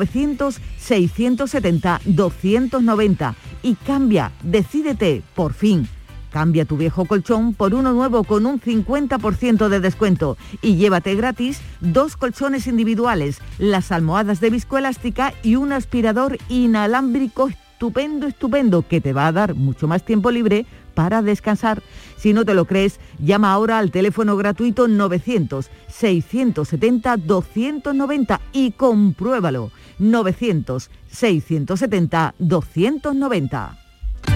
900-670-290 y cambia, decídete, por fin. Cambia tu viejo colchón por uno nuevo con un 50% de descuento y llévate gratis 2 colchones individuales, las almohadas de viscoelástica y un aspirador inalámbrico estupendo que te va a dar mucho más tiempo libre para descansar. Si no te lo crees, llama ahora al teléfono gratuito 900-670-290 y compruébalo. 900-670-290.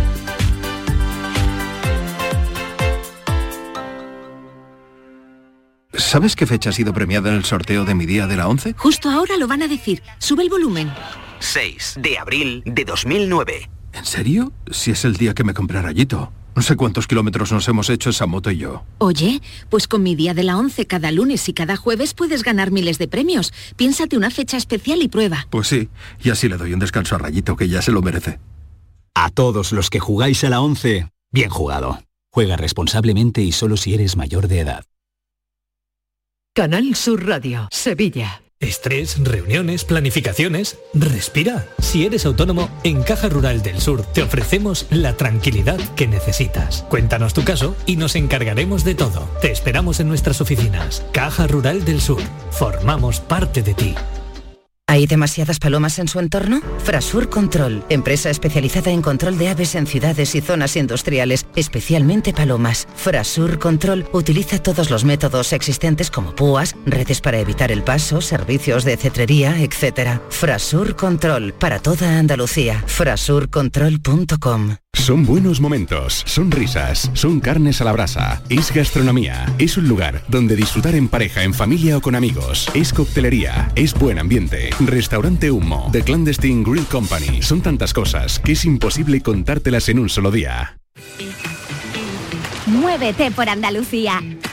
¿Sabes qué fecha ha sido premiada en el sorteo de mi día de la 11? Justo ahora lo van a decir. Sube el volumen. 6 de abril de 2009. ¿En serio? Si es el día que me compré Rayito. No sé cuántos kilómetros nos hemos hecho esa moto y yo. Oye, pues con mi día de la 11 cada lunes y cada jueves puedes ganar miles de premios. Piénsate una fecha especial y prueba. Pues sí, y así le doy un descanso a Rayito, que ya se lo merece. A todos los que jugáis a la 11, bien jugado. Juega responsablemente y solo si eres mayor de edad. Canal Sur Radio, Sevilla. Estrés, reuniones, planificaciones. Respira. Si eres autónomo, en Caja Rural del Sur te ofrecemos la tranquilidad que necesitas. Cuéntanos tu caso y nos encargaremos de todo. Te esperamos en nuestras oficinas. Caja Rural del Sur. Formamos parte de ti. ¿Hay demasiadas palomas en su entorno? Frasur Control, empresa especializada en control de aves en ciudades y zonas industriales, especialmente palomas. Frasur Control utiliza todos los métodos existentes como púas, redes para evitar el paso, servicios de cetrería, etc. Frasur Control, para toda Andalucía. frasurcontrol.com. Son buenos momentos, son risas, son carnes a la brasa, es gastronomía, es un lugar donde disfrutar en pareja, en familia o con amigos, es coctelería, es buen ambiente, restaurante Humo, The Clandestine Grill Company, son tantas cosas que es imposible contártelas en un solo día. Muévete por Andalucía.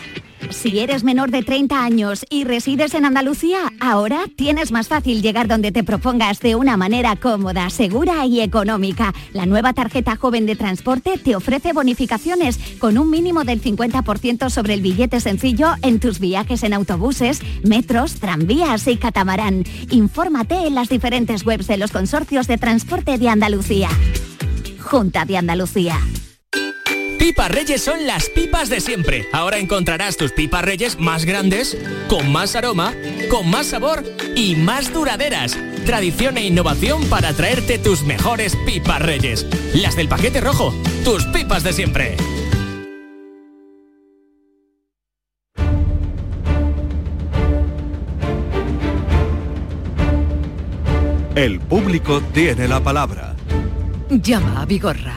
Si eres menor de 30 años y resides en Andalucía, ahora tienes más fácil llegar donde te propongas de una manera cómoda, segura y económica. La nueva tarjeta joven de transporte te ofrece bonificaciones con un mínimo del 50% sobre el billete sencillo en tus viajes en autobuses, metros, tranvías y catamarán. Infórmate en las diferentes webs de los consorcios de transporte de Andalucía. Junta de Andalucía. Pipas Reyes son las pipas de siempre. Ahora encontrarás tus pipas Reyes más grandes, con más aroma, con más sabor y más duraderas. Tradición e innovación para traerte tus mejores pipas Reyes. Las del paquete rojo, tus pipas de siempre. El público tiene la palabra. Llama a Vigorra.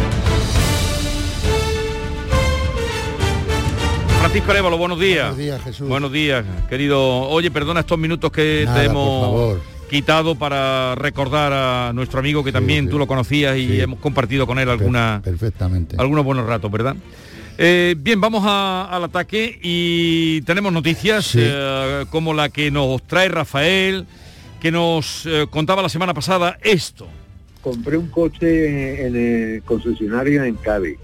Francisco Arévalo, buenos días. Buenos días, Jesús. Buenos días, querido. Oye, perdona estos minutos que Nada, te hemos por favor. quitado para recordar a nuestro amigo que también tú lo conocías y hemos compartido con él perfectamente. algunos buenos ratos, ¿verdad? Bien, vamos al ataque y tenemos noticias como la que nos trae Rafael, que nos contaba la semana pasada esto. Compré un coche en el concesionario en Cádiz,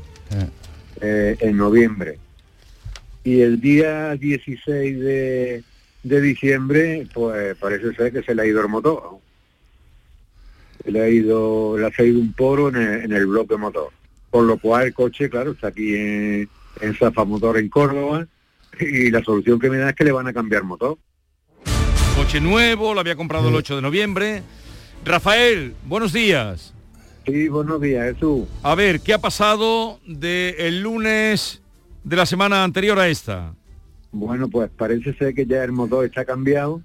en noviembre. Y el día 16 de diciembre, pues parece ser que se le ha ido el motor. Le ha ido un poro en el bloque motor. Por lo cual el coche, claro, está aquí en Zafa Motor en Córdoba, y la solución que me da es que le van a cambiar motor. Coche nuevo, lo había comprado el 8 de noviembre. Rafael, buenos días. Sí, buenos días, Jesús. A ver, ¿qué ha pasado del lunes de la semana anterior a esta? Bueno, pues parece ser que ya el motor está cambiado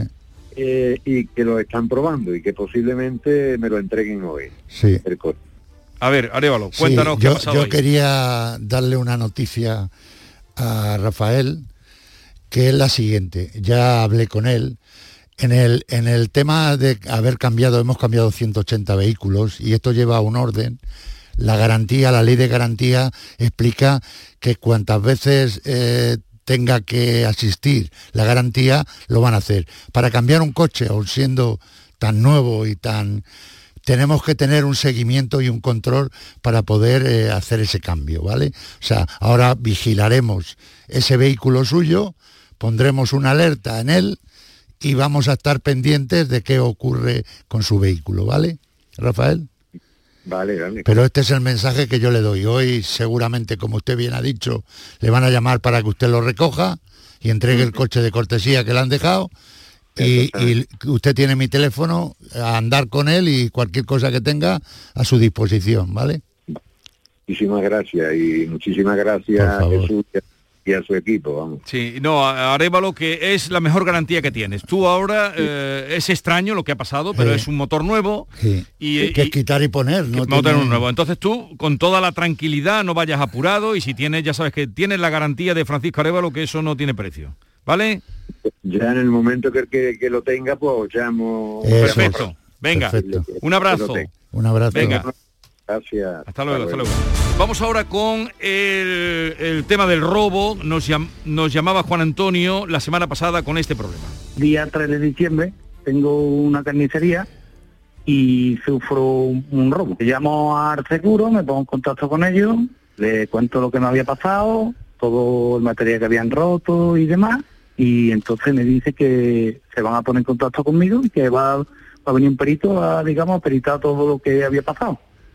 y que lo están probando y que posiblemente me lo entreguen hoy. Sí. El coche. A ver, Arévalo, cuéntanos qué ha pasado Yo ahí. quería darle una noticia a Rafael, que es la siguiente. Ya hablé con él. En el tema de hemos cambiado 180 vehículos y esto lleva un orden. La garantía, la ley de garantía explica que cuantas veces tenga que asistir la garantía, lo van a hacer. Para cambiar un coche, aun siendo tan nuevo y tenemos que tener un seguimiento y un control para poder hacer ese cambio, ¿vale? O sea, ahora vigilaremos ese vehículo suyo, pondremos una alerta en él y vamos a estar pendientes de qué ocurre con su vehículo, ¿vale, Rafael? Vale. Pero este es el mensaje que yo le doy. Hoy seguramente, como usted bien ha dicho, le van a llamar para que usted lo recoja y entregue el coche de cortesía que le han dejado. Y usted tiene mi teléfono, a andar con él y cualquier cosa que tenga a su disposición, ¿vale? Muchísimas gracias y muchísimas gracias a Jesús y a su equipo, vamos. Sí, no, Arévalo, que es la mejor garantía que tienes. Tú ahora, es extraño lo que ha pasado, pero es un motor nuevo. Sí. Y que es quitar y poner, ¿no? Motor nuevo. Entonces tú, con toda la tranquilidad, no vayas apurado y si tienes, ya sabes que tienes la garantía de Francisco Arévalo, que eso no tiene precio. ¿Vale? Ya en el momento que lo tenga, pues llamo. Perfecto. Venga, perfecto. Un abrazo. Un abrazo. Venga. Gracias. Hasta luego. Vamos ahora con el tema del robo. Nos llamaba Juan Antonio la semana pasada con este problema. Día 3 de diciembre tengo una carnicería y sufro un robo. Llamo al seguro, me pongo en contacto con ellos, le cuento lo que me había pasado, todo el material que habían roto y demás, y entonces me dice que se van a poner en contacto conmigo y que va a venir un perito a peritar todo lo que había pasado.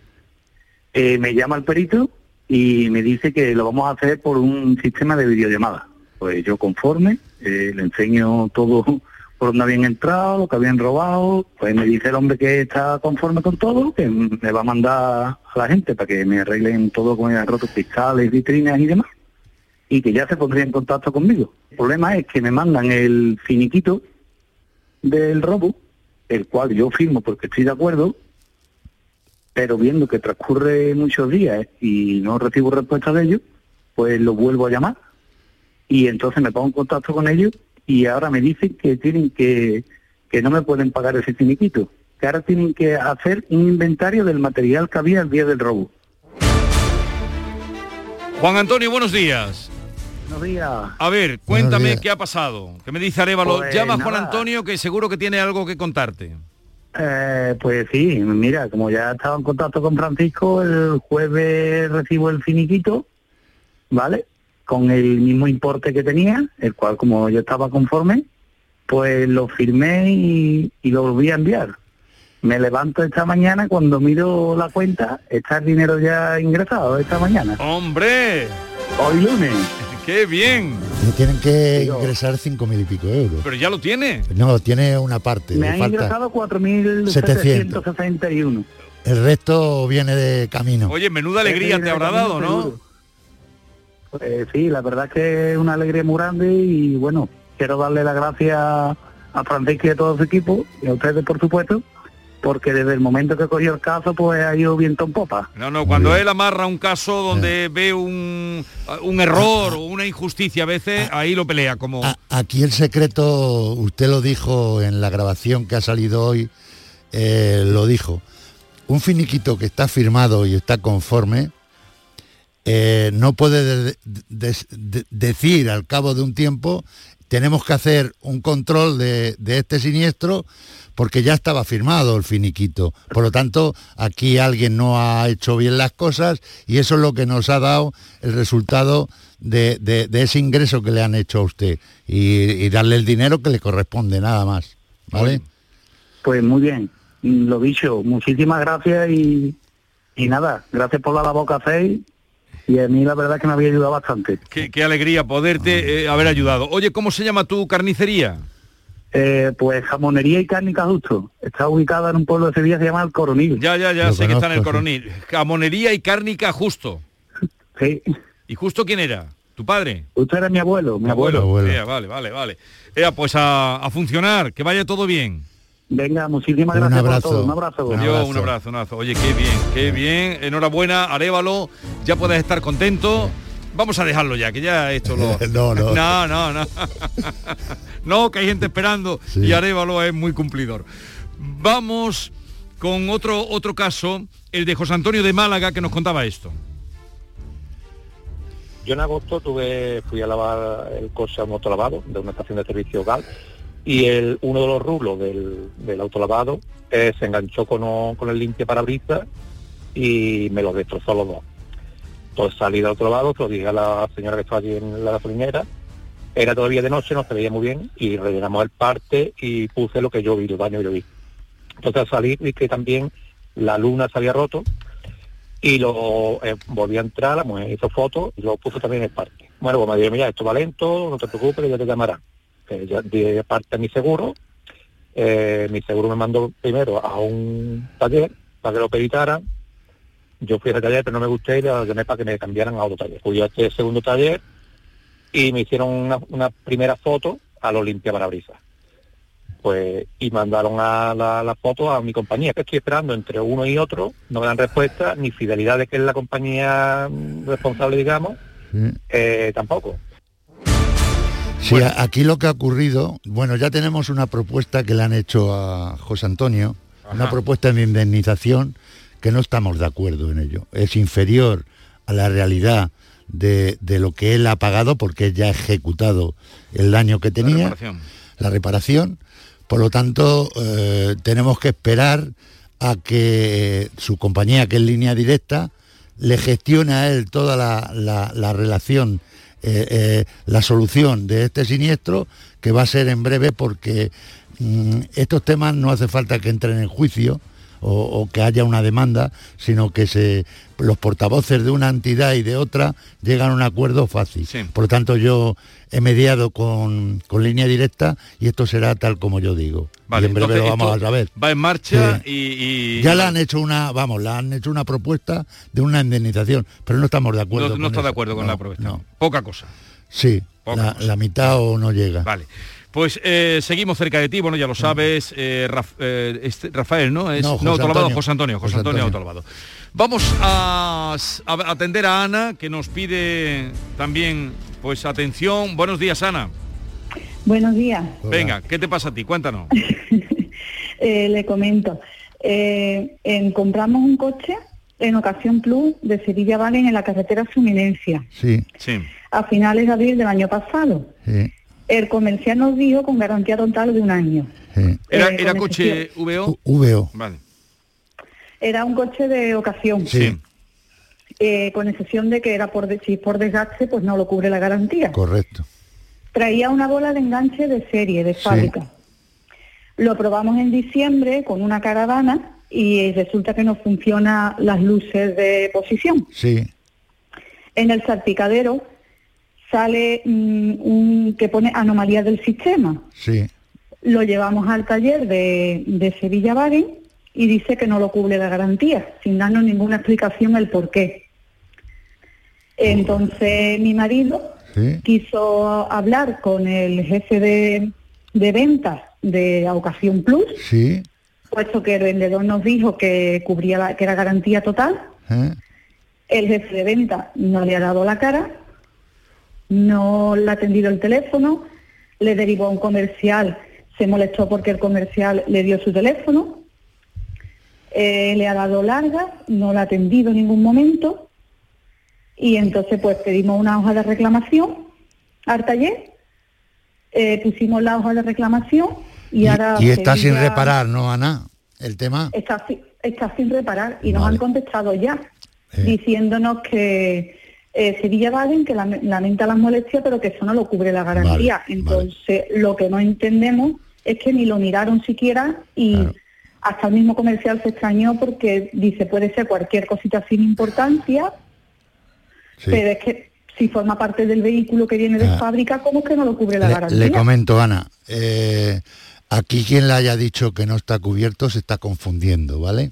Me llama el perito y me dice que lo vamos a hacer por un sistema de videollamada. Pues yo conforme, le enseño todo por donde habían entrado, lo que habían robado, pues me dice el hombre que está conforme con todo, que me va a mandar a la gente para que me arreglen todo con el rotos cristales, vitrinas y demás, y que ya se pondría en contacto conmigo. El problema es que me mandan el finiquito del robo, el cual yo firmo porque estoy de acuerdo, pero viendo que transcurre muchos días y no recibo respuesta de ellos, pues lo vuelvo a llamar y entonces me pongo en contacto con ellos y ahora me dicen que tienen que no me pueden pagar ese finiquito, que ahora tienen que hacer un inventario del material que había el día del robo. Juan Antonio, buenos días. Buenos días. A ver, cuéntame qué ha pasado. ¿Qué me dice Arévalo? Pues Llama a Juan nada. Antonio, que seguro que tiene algo que contarte. Pues sí, mira, como ya estaba en contacto con Francisco, el jueves recibo el finiquito, ¿vale? Con el mismo importe que tenía, el cual como yo estaba conforme, pues lo firmé y lo volví a enviar. Me levanto esta mañana, cuando miro la cuenta, está el dinero ya ingresado esta mañana. ¡Hombre! Hoy lunes. ¡Qué bien! Le tienen que ingresar 5.000 y pico euros. Pero ya lo tiene. No, tiene una parte. Me le han falta ingresado 4.761. El resto viene de camino. Oye, menuda alegría te habrá dado, ¿no? Pues sí, la verdad es que es una alegría muy grande y bueno, quiero darle las gracias a Francisco y a todo su equipo, y a ustedes por supuesto, porque desde el momento que cogió el caso pues ha ido viento en popa. No, cuando él amarra un caso donde ve un error o una injusticia a veces, ahí lo pelea como... Aquí el secreto, usted lo dijo en la grabación que ha salido hoy, lo dijo. Un finiquito que está firmado y está conforme, no puede decir al cabo de un tiempo, tenemos que hacer un control de este siniestro, porque ya estaba firmado el finiquito. Por lo tanto, aquí alguien no ha hecho bien las cosas y eso es lo que nos ha dado el resultado de ese ingreso que le han hecho a usted y darle el dinero que le corresponde, nada más. ¿Vale? Pues muy bien, lo dicho, muchísimas gracias y nada, gracias por la labor que hacéis y a mí la verdad que me había ayudado bastante. Qué alegría poderte haber ayudado. Oye, ¿cómo se llama tu carnicería? Pues Jamonería y Cárnica Justo. Está ubicada en un pueblo de Sevilla, se llama El Coronil. Ya, sé que está en El Coronil. Jamonería y Cárnica Justo. Sí. ¿Y Justo quién era? ¿Tu padre? Usted era mi abuelo. Vale. Pues a funcionar, que vaya todo bien. Venga, muchísimas gracias por todo. Un abrazo. Un abrazo. Oye, qué bien. Enhorabuena, Arévalo. Ya puedes estar contento. Vamos a dejarlo ya, que ya esto lo... No. No, que hay gente esperando y Arévalo es muy cumplidor. Vamos con otro caso, el de José Antonio de Málaga, que nos contaba esto. Yo en agosto fui a lavar el coche a un autolavado de una estación de servicio GAL y uno de los rulos del autolavado se enganchó con el limpiaparabrisas y me lo destrozó los dos. Entonces salí del otro lado, lo dije a la señora que estaba allí en la gasolinera, era todavía de noche, no se veía muy bien, y rellenamos el parte y puse lo que yo vi, los daños que yo vi. Entonces al salir vi que también la luna se había roto, y volví a entrar, la mujer hizo fotos y lo puso también en el parte. Bueno, pues me dijo, mira, esto va lento, no te preocupes, que ya te llamarán. Ya di parte a mi seguro, mi seguro me mandó primero a un taller para que lo peritaran. Yo fui a ese taller, pero no me gusté y le llamé para que me cambiaran a otro taller. Fui a este segundo taller y me hicieron una primera foto a los limpiaparabrisas. Pues, y mandaron a la foto a mi compañía, que estoy esperando entre uno y otro, no me dan respuesta, ni Fidelidad, de que es la compañía responsable, digamos, tampoco. Sí, aquí lo que ha ocurrido, bueno, ya tenemos una propuesta que le han hecho a José Antonio, una propuesta de indemnización, que no estamos de acuerdo en ello. Es inferior a la realidad de lo que él ha pagado, porque ya ha ejecutado el daño que tenía, la reparación. Por lo tanto, tenemos que esperar a que su compañía, que es Línea Directa, le gestione a él toda la relación, la solución de este siniestro, que va a ser en breve, porque estos temas no hace falta que entren en juicio, o que haya una demanda, sino que los portavoces de una entidad y de otra llegan a un acuerdo fácil. Sí. Por lo tanto, yo he mediado con Línea Directa y esto será tal como yo digo. Vale, y en breve lo vamos a saber. Va en marcha y... Ya le han hecho una propuesta de una indemnización, pero no estamos de acuerdo. No está de acuerdo con la propuesta. No. Poca cosa. Sí, la mitad o no llega. Vale. Pues seguimos cerca de ti, bueno, ya lo sabes, Rafael, ¿no? José Antonio Autolavado. Vamos a atender a Ana, que nos pide también, pues, atención. Buenos días, Ana. Buenos días. Venga, ¿qué te pasa a ti? Cuéntanos. Le comento. Compramos un coche en Ocasión Plus de Sevilla Valen en la carretera Fluminencia. Sí. a finales de abril del año pasado. Sí. El comercial nos dijo con garantía total de 1 año. Sí. ¿Era coche VO? VO. Vale. Era un coche de ocasión. Sí. Con excepción de que era si por desgaste, pues no lo cubre la garantía. Correcto. Traía una bola de enganche de serie, de fábrica. Lo probamos en diciembre con una caravana y resulta que no funcionan las luces de posición. Sí. En el salpicadero sale un que pone anomalías del sistema. Sí. Lo llevamos al taller de Sevilla Wagen y dice que no lo cubre la garantía, sin darnos ninguna explicación el por qué. Entonces mi marido quiso hablar con el jefe de ventas de Ocasión Plus, puesto que el vendedor nos dijo que cubría que era garantía total. El jefe de ventas no le ha dado la cara, no le ha atendido el teléfono, le derivó a un comercial, se molestó porque el comercial le dio su teléfono, le ha dado larga, no la ha atendido en ningún momento, y entonces pues pedimos una hoja de reclamación al taller, pusimos la hoja de reclamación y ahora... Y está sin reparar, ¿no, Ana? El tema... Está sin reparar y nos han contestado ya, diciéndonos que Sevilla Wagen, que lamenta las molestias, pero que eso no lo cubre la garantía. Entonces, lo que no entendemos es que ni lo miraron siquiera y hasta el mismo comercial se extrañó porque dice, puede ser cualquier cosita sin importancia, pero es que si forma parte del vehículo que viene de fábrica, ¿cómo es que no lo cubre la garantía? Le comento, Ana, aquí quien le haya dicho que no está cubierto se está confundiendo, ¿vale?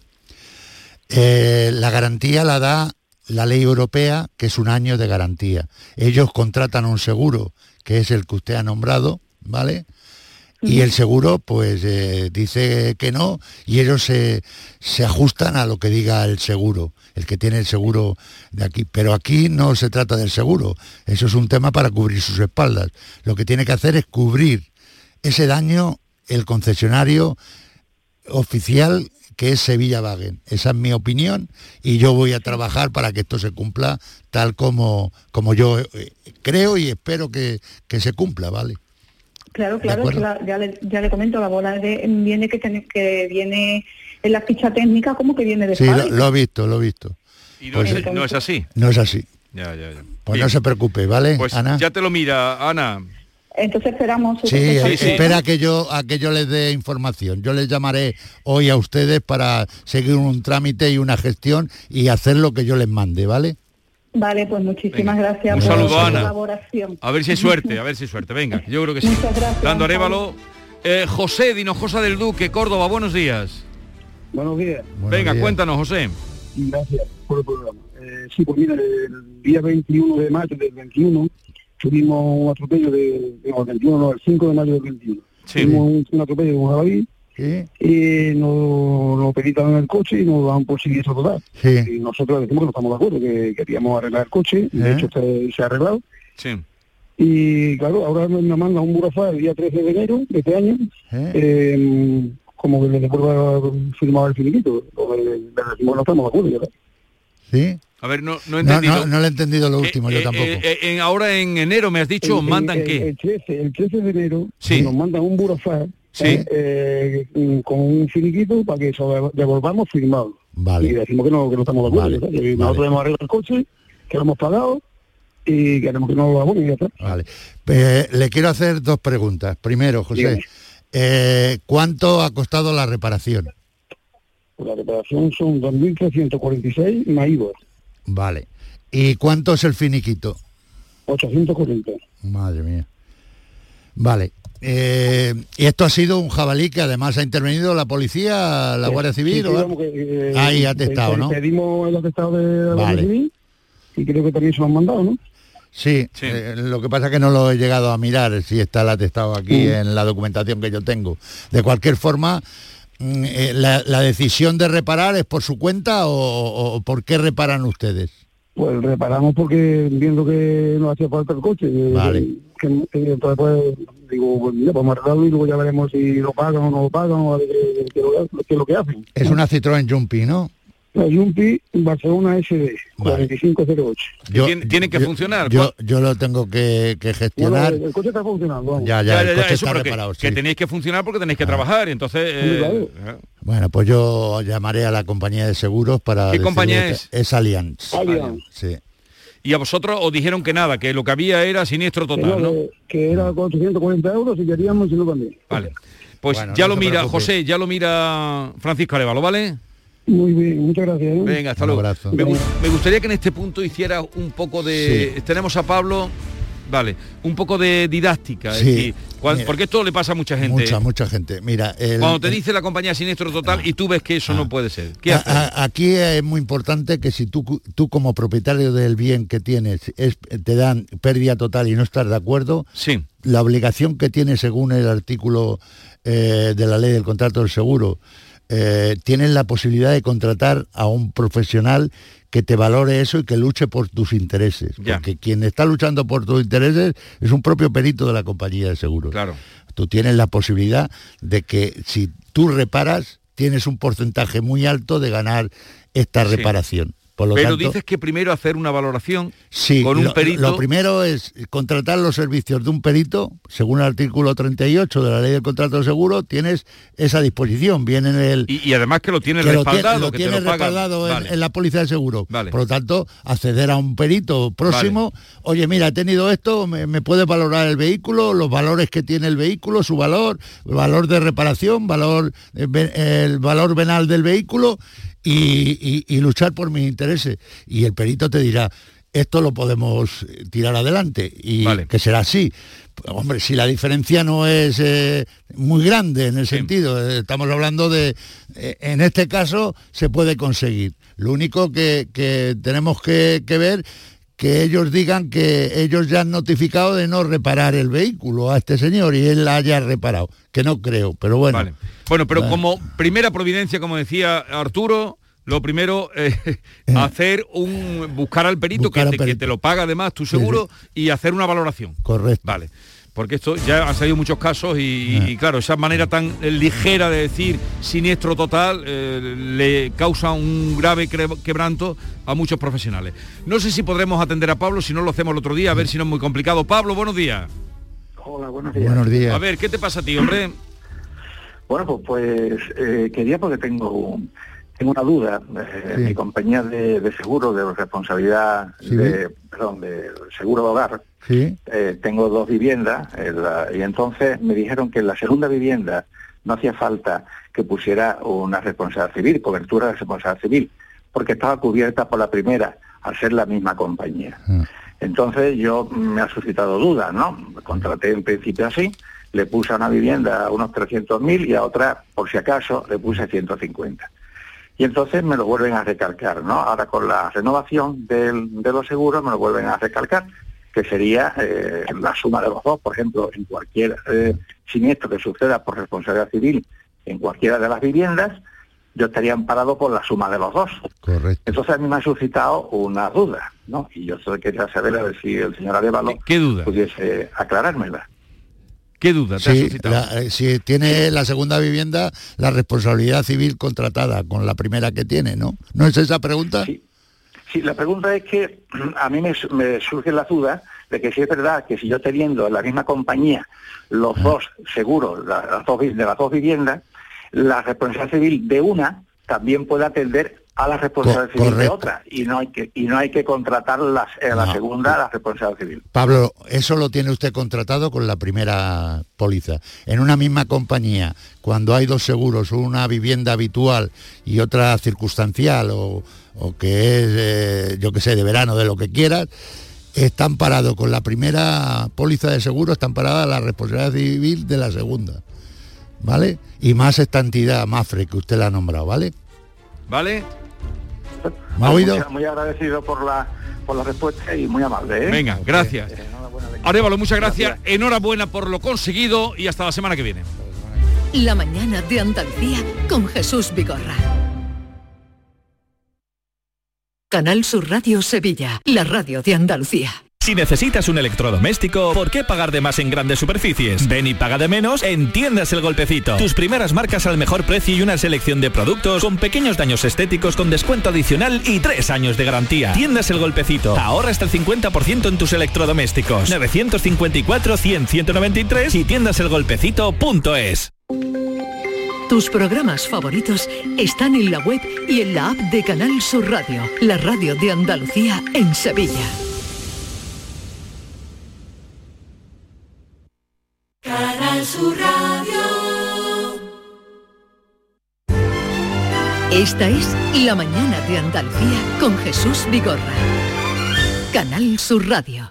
La garantía la da la ley europea, que es 1 año de garantía. Ellos contratan un seguro, que es el que usted ha nombrado, ¿vale? Y el seguro, pues, dice que no, y ellos se ajustan a lo que diga el seguro, el que tiene el seguro de aquí. Pero aquí no se trata del seguro, eso es un tema para cubrir sus espaldas. Lo que tiene que hacer es cubrir ese daño el concesionario oficial, que es Sevilla Wagen. Esa es mi opinión y yo voy a trabajar para que esto se cumpla tal como yo creo y espero que se cumpla, ¿vale? Claro, es que ya le comento, la bola viene que viene en la ficha técnica como que viene de fábrica. Sí, lo he visto. ¿Y no es así? No es así. Ya. Pues no se preocupe, ¿vale, pues Ana? Ya te lo mira, Ana. Entonces esperamos... Espera a que yo les dé información. Yo les llamaré hoy a ustedes para seguir un trámite y una gestión y hacer lo que yo les mande, ¿vale? Vale, pues muchísimas gracias un por saludo, la Ana. colaboración. A ver si hay suerte, Venga, yo creo que sí. Muchas gracias. Dando Arévalo. José de Hinojosa del Duque, Córdoba, buenos días. Buenos días. Venga, cuéntanos, José. Gracias por el programa. Sí, pues mira, el día 21 de mayo del 21 tuvimos un atropello el 5 de mayo del 21. Tuvimos un atropello de un jabalí y nos peditan en el coche y nos dan por siniestro total. Y nosotros decimos que no estamos de acuerdo, que queríamos arreglar el coche, de hecho se ha arreglado. Y claro, ahora nos manda un burofax el día 13 de enero de este año, como que le vuelva firmado el finiquito, le decimos que no estamos de acuerdo, ¿verdad? ¿Sí? A ver, no he entendido. No le he entendido lo último, yo tampoco. Ahora en enero me has dicho, ¿mandan qué? El 13 de enero nos mandan un burofax con un finiquito para que devolvamos firmado. Vale. Y decimos que no estamos de acuerdo. Vale. Nosotros hemos arreglado el coche, que lo hemos pagado y queremos que no lo hagamos y ya está. Vale. Le quiero hacer 2 preguntas. Primero, José, ¿cuánto ha costado la reparación? Pues la reparación son 2.346 más IVA. Vale. ¿Y cuánto es el finiquito? 840. Madre mía. Vale. Y esto ha sido un jabalí que además ha intervenido la policía, la Guardia Civil. Ahí atestado, ¿no? Pedimos el atestado de la Guardia Civil y creo que también se lo han mandado, ¿no? Sí. Lo que pasa es que no lo he llegado a mirar si está el atestado aquí en la documentación que yo tengo. De cualquier forma, ¿la decisión de reparar es por su cuenta o por qué reparan ustedes? Pues reparamos porque viendo que nos hacía falta el coche. Entonces pues digo, pues mira, vamos a arreglarlo y luego ya veremos si lo pagan o no lo pagan o qué es lo que hacen. Es una Citroën Jumpy, ¿no? La Yumpi Barcelona SD, 4508. Tiene que funcionar. Yo lo tengo que gestionar. Bueno, el coche está funcionando. Ya, el coche está reparado. Que tenéis que funcionar porque tenéis que trabajar, entonces... Bueno, pues yo llamaré a la compañía de seguros para... ¿Qué compañía es? Es Allianz. Sí. Y a vosotros os dijeron que nada, que lo que había era siniestro total, ¿no? Que era 440 euros y queríamos y no también. Vale. Pues bueno, ya no lo mira, preocupes. José, ya lo mira Francisco Arévalo, ¿vale? Muy bien, muchas gracias. Venga, hasta luego. Me gustaría que en este punto hiciera un poco de... Sí. Tenemos a Pablo, vale, un poco de didáctica. Sí. Es decir, porque esto le pasa a mucha gente. Mucha gente. Mira, cuando te dice la compañía siniestro total y tú ves que eso no puede ser. ¿Qué haces? Aquí es muy importante que si tú como propietario del bien que tienes te dan pérdida total y no estás de acuerdo, sí. La obligación que tienes según el artículo de la ley del contrato del seguro, tienes la posibilidad de contratar a un profesional que te valore eso y que luche por tus intereses. Ya. Porque quien está luchando por tus intereses es un propio perito de la compañía de seguros. Claro. Tú tienes la posibilidad de que si tú reparas, tienes un porcentaje muy alto de ganar esta reparación. Por lo tanto, dices que primero hacer una valoración con un perito. Lo primero es contratar los servicios de un perito, según el artículo 38 de la ley del contrato de seguro, tienes esa disposición, viene en el... Y además que lo tienes respaldado. Lo tienes respaldado en la póliza de seguro. Vale. Por lo tanto, acceder a un perito próximo, vale. Oye, mira, he tenido esto, me puede valorar el vehículo, los valores que tiene el vehículo, su valor de reparación, el valor venal del vehículo, y luchar por mis intereses. Y el perito te dirá, esto lo podemos tirar adelante, y vale. Que será así. Hombre, si la diferencia no es muy grande en el sentido, estamos hablando de, en este caso, se puede conseguir. Lo único que tenemos que ver, que ellos digan que ellos ya han notificado de no reparar el vehículo a este señor y él la haya reparado, que no creo, pero bueno. Vale. Bueno, pero como primera providencia, como decía Arturo, lo primero es buscar al perito, que te lo paga además tu seguro, y hacer una valoración. Correcto. Vale. Porque esto ya han salido muchos casos y claro, esa manera tan ligera de decir siniestro total le causa un grave quebranto a muchos profesionales. No sé si podremos atender a Pablo, si no lo hacemos el otro día, a ver si no es muy complicado. Pablo, buenos días. Hola, buenos días. Buenos días. A ver, ¿qué te pasa a ti, hombre? Bueno, pues quería, porque tengo una duda. Mi compañía de seguro, de responsabilidad, de seguro de hogar, tengo 2 viviendas, y entonces me dijeron que en la segunda vivienda no hacía falta que pusiera una responsabilidad civil, cobertura de responsabilidad civil, porque estaba cubierta por la primera, al ser la misma compañía. Entonces yo me ha suscitado dudas, ¿no? Contraté en principio así, le puse a una vivienda unos 300.000 y a otra, por si acaso, le puse 150. Y entonces me lo vuelven a recalcar, ¿no? Ahora con la renovación de los seguros me lo vuelven a recalcar, que sería la suma de los dos. Por ejemplo, en cualquier siniestro que suceda por responsabilidad civil en cualquiera de las viviendas, yo estaría amparado por la suma de los dos. Correcto. Entonces a mí me ha suscitado una duda, ¿no? Y yo solo quería saber a ver si el señor Arévalo pudiese aclarármela. ¿Qué duda te ha suscitado? Si tiene la segunda vivienda, la responsabilidad civil contratada con la primera que tiene, ¿no? ¿No es esa pregunta? Sí, la pregunta es que a mí me surge la duda de que si es verdad que si yo teniendo en la misma compañía los dos seguros, de las dos viviendas, la responsabilidad civil de una también puede atender a la responsabilidad civil de otra, y no hay que contratar la segunda, la responsabilidad civil. Pablo, eso lo tiene usted contratado con la primera póliza. En una misma compañía, cuando hay 2 seguros, una vivienda habitual y otra circunstancial, o que es, yo qué sé, de verano, de lo que quieras, están parados con la primera póliza de seguro, están paradas la responsabilidad civil de la segunda, ¿vale? Y más esta entidad, Mafre, que usted la ha nombrado, ¿vale? ¿Vale? ¿Me ha oído? Muy agradecido por la respuesta y muy amable, ¿eh? Venga, gracias. Arévalo, muchas gracias. Enhorabuena por lo conseguido y hasta la semana que viene. La mañana de Andalucía con Jesús Vigorra. Canal Sur Radio Sevilla, la radio de Andalucía. Si necesitas un electrodoméstico, ¿por qué pagar de más en grandes superficies? Ven y paga de menos en Tiendas El Golpecito. Tus primeras marcas al mejor precio y una selección de productos con pequeños daños estéticos con descuento adicional y 3 años de garantía. Tiendas El Golpecito. Ahorra hasta el 50% en tus electrodomésticos. 954-100-193 y tiendaselgolpecito.es. Tus programas favoritos están en la web y en la app de Canal Sur Radio, la radio de Andalucía en Sevilla. Canal Sur Radio. Esta es La Mañana de Andalucía con Jesús Vigorra. Canal Sur Radio.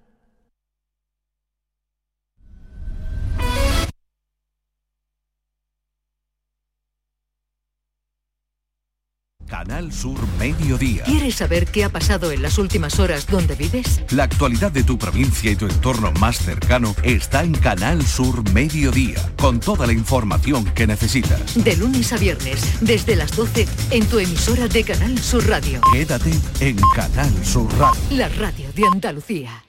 Canal Sur Mediodía. ¿Quieres saber qué ha pasado en las últimas horas donde vives? La actualidad de tu provincia y tu entorno más cercano está en Canal Sur Mediodía, con toda la información que necesitas. De lunes a viernes, desde las 12, en tu emisora de Canal Sur Radio. Quédate en Canal Sur Radio. La radio de Andalucía.